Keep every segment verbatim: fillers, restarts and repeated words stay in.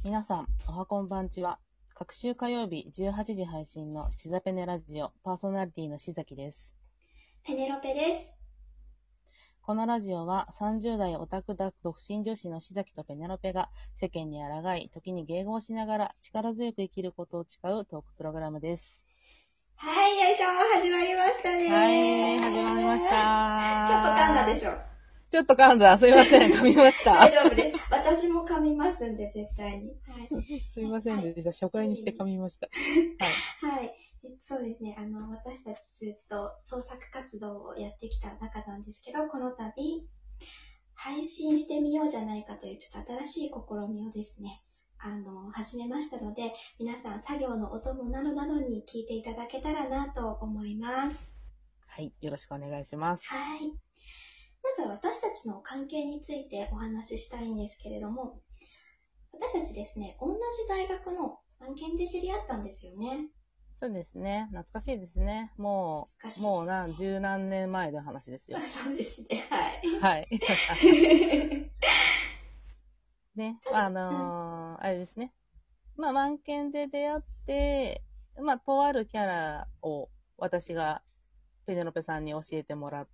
皆さん、おはこんばんちは。各週火曜日じゅうはちじ配信のシザペネラジオパーソナリティのしざきです。 ペネロペです。 このラジオはさんじゅう代オタクだ独身女子のしざきとペネロペが世間に抗い、時に迎合しながら力強く生きることを誓うトークプログラムです。 はい、よいしょ、始まりましたね。 はい、始まりました。 ちょっと噛んだでしょ。 ちょっと噛んだ。すいません、噛みました。 大丈夫です。私も噛みますんで、絶対に。はい、 すいませんね、はい、初回にして噛みました。 はい。はい。そうですね。あの、私たちずっと創作活動をやってきた中なんですけど、この度、配信してみようじゃないかというちょっと新しい試みをですね、あの、始めましたので、皆さん作業のお供などなどに聞いていただけたらなと思います。 はい、よろしくお願いします。 はい。まずは私たちの関係についてお話ししたいんですけれども、私たちですね、同じ大学の案件で知り合ったんですよね。 そうですね。懐かしいですね。もう、ね、もう何、十何年前の話ですよ。 そうですね。はい。 はい。ね、あのー、あれですね。まあ、案件で出会って、まあ、とあるキャラを私がペネロペさんに教えてもらって、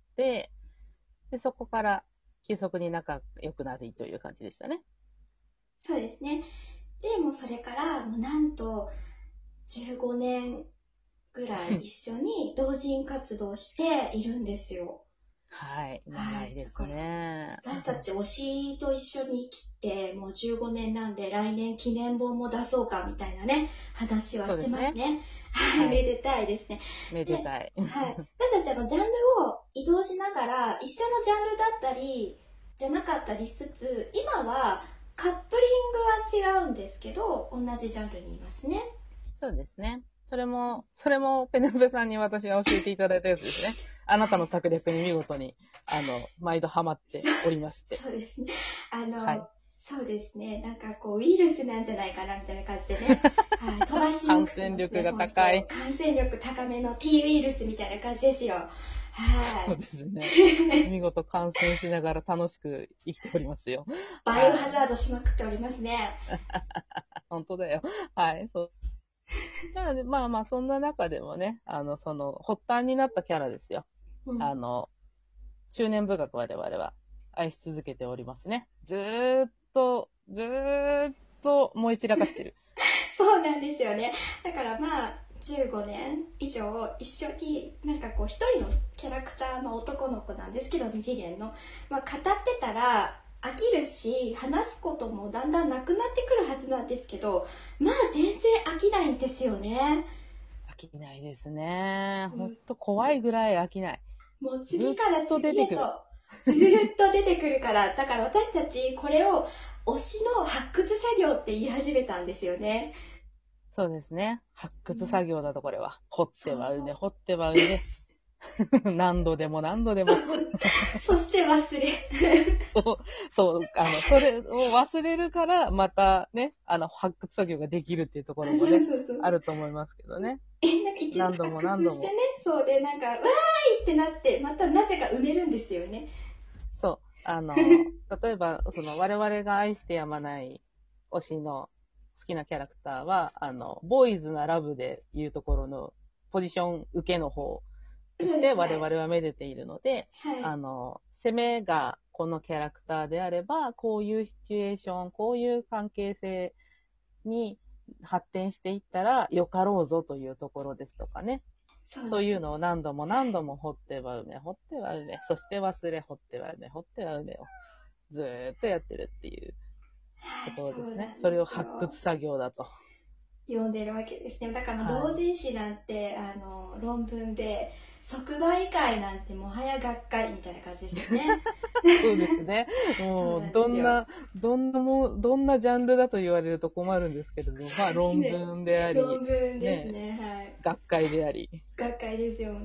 で、そこから急速に仲良くなりという感じでしたね。 そうですね。で、もうそれから、もうなんと、じゅうごねんぐらい一緒に同人活動しているんですよ。 はい、長いですね。 はい、私たち推しと一緒に生きて、もうじゅうごねんなんで来年記念本も出そうかみたいなね、話はしてますね。はい、めでたいですね。 めでたい。 はい。私たちのジャンルを移動しながら、一緒のジャンルだったり、じゃなかったりしつつ、今はカップリングは違うんですけど、同じジャンルにいますね。 そうですね。それも、それもペネロペさんに私が教えていただいたやつですね。あなたの策略に見事に、あの、毎度ハマっておりまして。 そうですね。あの、 はい、 そうですね。なんかこう、ウイルスなんじゃないかなみたいな感じでね。はい、飛ばしにくくて、ね、 感染力が高い。 感染力高めの T ウイルスみたいな感じですよ。はい。 そうですね。見事感染しながら楽しく生きておりますよ。 バイオハザードしまくっておりますね。 本当だよ。はい、そう。なので、まあまあ、そんな中でもね、あの、その、発端になったキャラですよ。うん、あの、執念深く我々は愛し続けておりますね。ずーっと、ずーっと燃え散らかしてる。 そうなんですよね。だからまあ、じゅうごねん以上一緒になんかこう一人のキャラクターの男の子なんですけど、二次元の、まあ、語ってたら飽きるし話すこともだんだんなくなってくるはずなんですけど、まあ全然飽きないんですよね。 飽きないですね。ほんと怖いぐらい飽きない。 もう次から次へとずっと出てくるから、だから私たちこれを推しの発掘作業って言い始めたんですよね。 そうですね。発掘作業だとこれは。掘っては埋め、掘っては埋め。何度でも何度でも。 そして忘れ。 そう、そう、あの、それを忘れるから、またね、あの、発掘作業ができるっていうところもね、そうそうそうあると思いますけどね。 え、なんか一度発掘してね、そうで、なんか、わーいってなって、またなぜか埋めるんですよね。 そう、あの、例えば、その、我々が愛してやまない推しの好きなキャラクターは、あの、ボーイズなラブでいうところのポジション受けの方として我々はめでているので、はい、あの、攻めがこのキャラクターであれば、こういうシチュエーション、こういう関係性に発展していったらよかろうぞというところですとかね。そう、そういうのを何度も何度も掘っては埋め、掘っては埋め、そして忘れ、掘っては埋め、掘っては埋めをずーっとやってるっていうところですね。はい、そ, それを発掘作業だと。 読んでるわけですね。だから同人誌なんて、はい、あの論文で即売会なんてもはや学会みたいな感じですよね。 そうですね。もうどんなどんなもどんなジャンルだと言われると困るんですけれども、まあ論文であり、 ね、論文ですね。ね、はい。 学会であり。 学会ですよ。はい、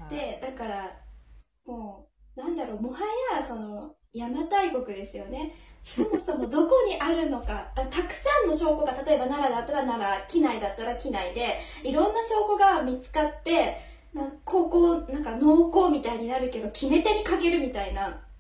でだからもうなんだろう、もはやその邪馬台国ですよね。そもそもどこにあるのか、たくさんの証拠が、例えば奈良だったら奈良、畿内だったら畿内でいろんな証拠が見つかって、な高校なんか濃厚みたいになるけど決め手にかけるみたいな、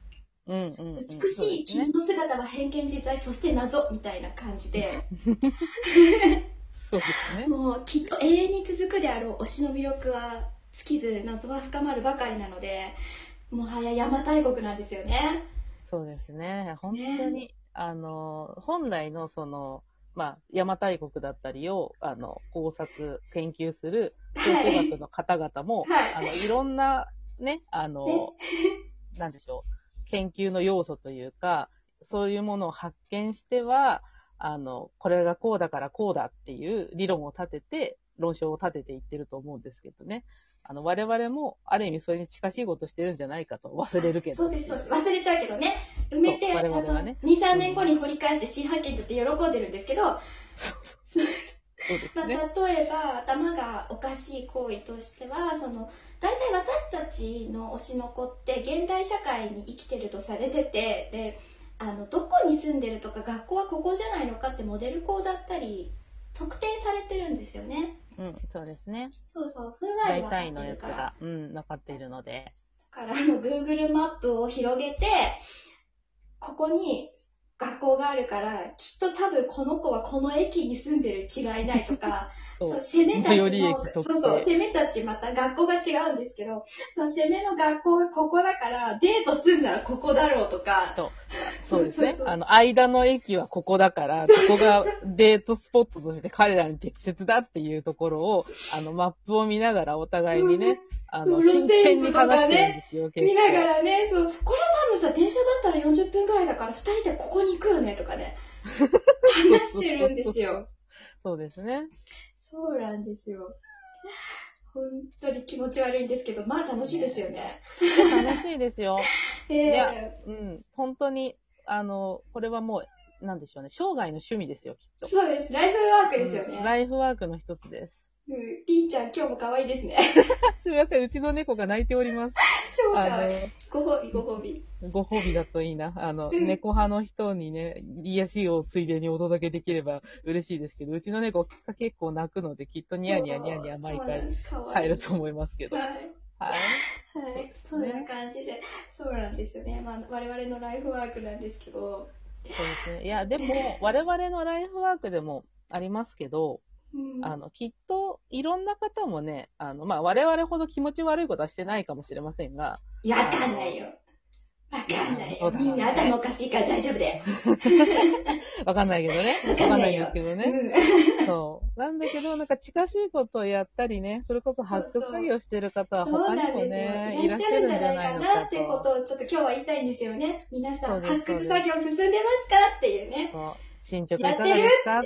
うんうんうん、 美しい君の姿は変幻自在、そして謎みたいな感じで。 そうですね。 もうきっと永遠に続くであろう推しの魅力は尽きず謎は深まるばかりなので、もはや邪馬台国なんですよね。 そうですね。本当に、ね、あの、本来のその、まあ、邪馬台国だったりを、あの、考察、研究する考古学の方々も、はい、あの、いろんな、ね、あの、ね、なんでしょう、研究の要素というか、そういうものを発見しては、あの、これがこうだからこうだっていう理論を立てて、論証を立てていってると思うんですけどね。あの、我々も、ある意味それに近しいことしてるんじゃないかと忘れるけど。 そうです、そうです。忘れちゃうけどね。埋めて、 我々はね、 に、さんねんごに掘り返して新発見って喜んでるんですけど、 そうですね。 まあ、例えば、頭がおかしい行為としては、その、大体私たちの推しの子って現代社会に生きてるとされてて、で、あの、どこに住んでるとか学校はここじゃないのかってモデル校だったり、特定されてるんですよね。 うん、そうですね。 そうそう、ふんわり分かってるから。大体のやつが、うん、分かっているので。 だから、あの、Google マップを広げて、ここに学校があるから、きっと多分この子はこの駅に住んでる違いないとか、そう、攻めたちの、そうそう、攻めたちまた学校が違うんですけど、その攻めの学校がここだから、デートすんならここだろうとか。 そう。そうですね。そうそうそう、あの、間の駅はここだから、ここがデートスポットとして彼らに適切だっていうところを、あの、マップを見ながらお互いにね、あの、真剣に話してるんですよ、 見ながらね、そう、これ多分さ、電車だったらよんじゅっぷんくらいだから、ふたりでここに行くよね、とかね。話してるんですよ。 そうですね。 そうなんですよ。本当に気持ち悪いんですけど、まあ楽しいですよね。 楽しいですよ。えー、いや、うん、本当に、あの、これはもう、なんでしょうね、生涯の趣味ですよ、きっと。 そうです。ライフワークですよね。 うん、ライフワークの一つです。 うん、りんちゃん、今日も可愛いですね。 すみません、うちの猫が泣いております。 超可愛い。ご褒美、ご褒美。 ご褒美だといいな。あの、猫派の人にね、癒しをついでにお届けできれば嬉しいですけど、うちの猫が結構泣くので、きっとニヤニヤニヤニヤ毎回入ると思いますけど。はい。 はい。はい。そんな感じで、そうなんですよね。まあ、我々のライフワークなんですけど。 そうですね。いや、でも、我々のライフワークでもありますけど、うん、あの、きっと、いろんな方もね、あの、まあ、我々ほど気持ち悪いことはしてないかもしれませんが。 いや、わかんないよ。わかんないよ。みんな頭おかしいから大丈夫だよ。 わかんないけどね。わかんないですけどね。うん、そう。なんだけど、なんか近しいことをやったりね、それこそ発掘作業してる方は他にもね、いらっしゃるんじゃないのかと。いらっしゃるんじゃないかなってことをちょっと今日は言いたいんですよね。皆さん、発掘作業進んでますかっていうね。 そう。進捗いかがですかって。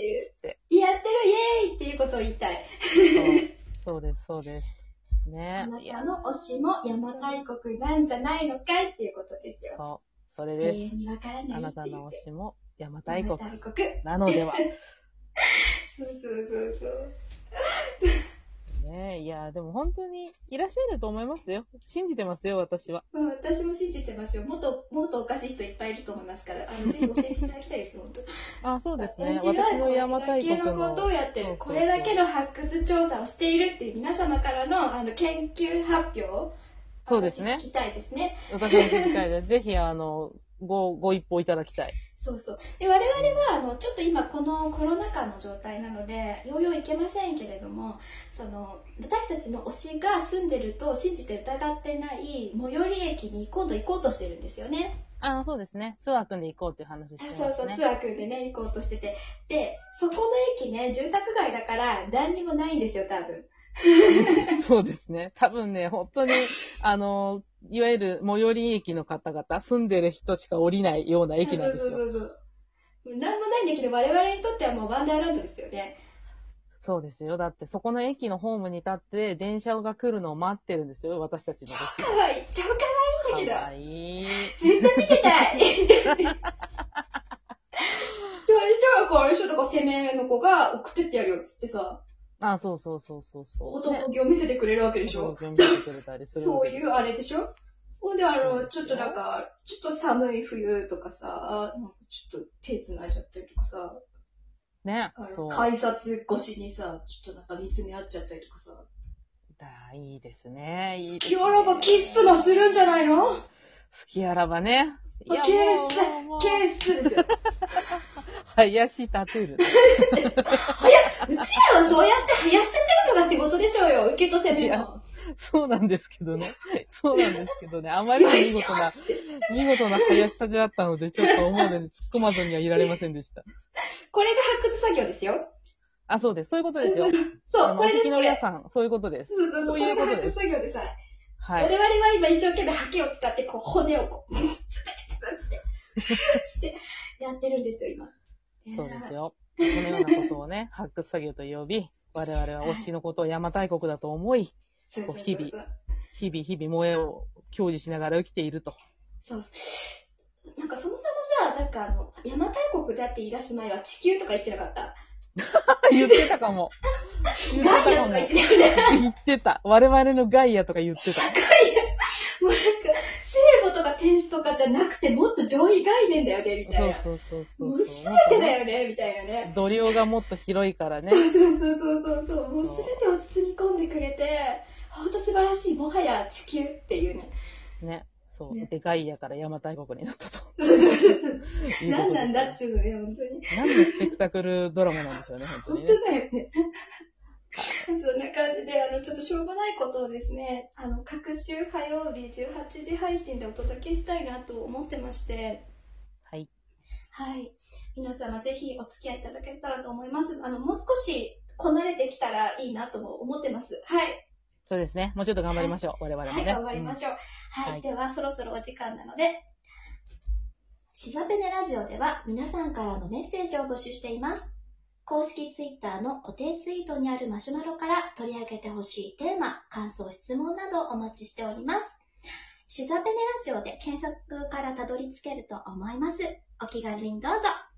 やってるイエーイっていうことを言いたい。 そう。そうです、そうです。ね。 あなたの推しも邪馬台国なんじゃないのかいっていうことですよ。 そう。それです。 永遠にわからない。 あなたの推しも邪馬台国なのでは。 そうそうそうそう。 ねえ、いや、でも本当にいらっしゃると思いますよ。信じてますよ、私は。 うん、私も信じてますよ。もっと、もっとおかしい人いっぱいいると思いますから、あの、ぜひ教えていただきたいです、本当。 あ、そうですね。 私はこれだけのことをやってる。これだけの発掘調査をしているっていう皆様からの、あの、研究発表。 そうですね。 聞きたいですね。 私も聞きたいです。ぜひ、あの、ご、ご一報いただきたい。 そうそう。で、我々は、あの、ちょっと今このコロナ禍の状態なので、ようよういけませんけれども、その、私たちの推しが住んでると信じて疑ってない最寄り駅に今度行こうとしてるんですよね。 ああ、そうですね。ツアー組んで行こうっていう話してますね。 そうそう、ツアー組んでね、行こうとしてて。で、そこの駅ね、住宅街だから何にもないんですよ、多分。 そうですね。多分ね、本当に、あの、いわゆる最寄り駅の方々、住んでる人しか降りないような駅なんですよ。 そうそうそうそう。なんもないんだけど、我々にとってはもうワンダーランドですよね。 そうですよ。だって、そこの駅のホームに立って、電車が来るのを待ってるんですよ、私たちの超かわいい。超かわいいんだけど。 かわいい。 絶対見てたい。最初はこう、あれでしょ、だから攻めの子が送ってってやるよっつってさ。 あ、そうそうそうそうそう。 男気を見せてくれるわけでしょ。 男気を見せてくれたりする。 そういうあれでしょ。ほんで、あの、ちょっとなんか、ちょっと寒い冬とかさ、なんかちょっと手繋いじゃったりとかさ。 ね。 あの改札越しにさ、ちょっとなんか見つめ合っちゃったりとかさ。 だいいですね。いいですね。 好きあらばキッスもするんじゃないの？ 好きあらばね。 いや、 ケース、 もう、 ケースですよ。 林立てる。 はや、うちらはそうやって生やしててるのが仕事でしょうよ。受けと攻めの。 そうなんですけどね。そうなんですけどね。あまりに見事な、見事な林立てだったので、ちょっと思うように突っ込まずにはいられませんでした。 これが発掘作業ですよ。 あ、そうです。そういうことですよ。 そう、 あの、おこれです。 聞きの皆さん、そういうことです。 そうそうそう、 こういうこれが発掘ことです。 作業でさ、 はい。 我々は今一生懸命ハケを使って、こう、骨をこう、つって、つってやってるんですよ、今。 そうですよ。このようなことをね、発掘作業と呼び、我々は推しのことを邪馬台国だと思い、 そうそうそう日々、日々、日々萌えを享受しながら生きていると。 そうそう。なんかそもそもさ、なんかあの、邪馬台国だって言い出す前は地球とか言ってなかった。 言ってたかも。言ってガイアたかも。 とか言ってたよね。 言ってた。我々のガイアとか言ってた。 ガイア。もうなんか、聖母とか天使とかじゃなくて、もっと上位概念だよね、みたいな。 そうそうそうそう。 もうすべてだよね、みたいなね。 度量がもっと広いからね。 そうそうそうそうそう。もうすべてを包み込んでくれて、ほんと素晴らしい。もはや地球っていうね。 ね。そう。 ねで、ガイアから邪馬台国になったと。 何なんだっつうのね、本当に。 何のスペクタクルドラマなんでしょうね、本当にね。 本当だよね。そんな感じで、あの、ちょっとしょうもないことをですね、あの、各週火曜日じゅうはちじ配信でお届けしたいなと思ってまして、 はい。 はい。皆様ぜひお付き合いいただけたらと思います。あの、もう少しこなれてきたらいいなとも思ってます。はい。 そうですね。もうちょっと頑張りましょう、はい、我々もね。 はい、頑張りましょう。うん、はい、 はい。 では、そろそろお時間なので、シザペネラジオでは皆さんからのメッセージを募集しています。公式ツイッターの固定ツイートにあるマシュマロから取り上げてほしいテーマ、感想、質問などお待ちしております。シザペネラジオで検索からたどり着けると思います。お気軽にどうぞ。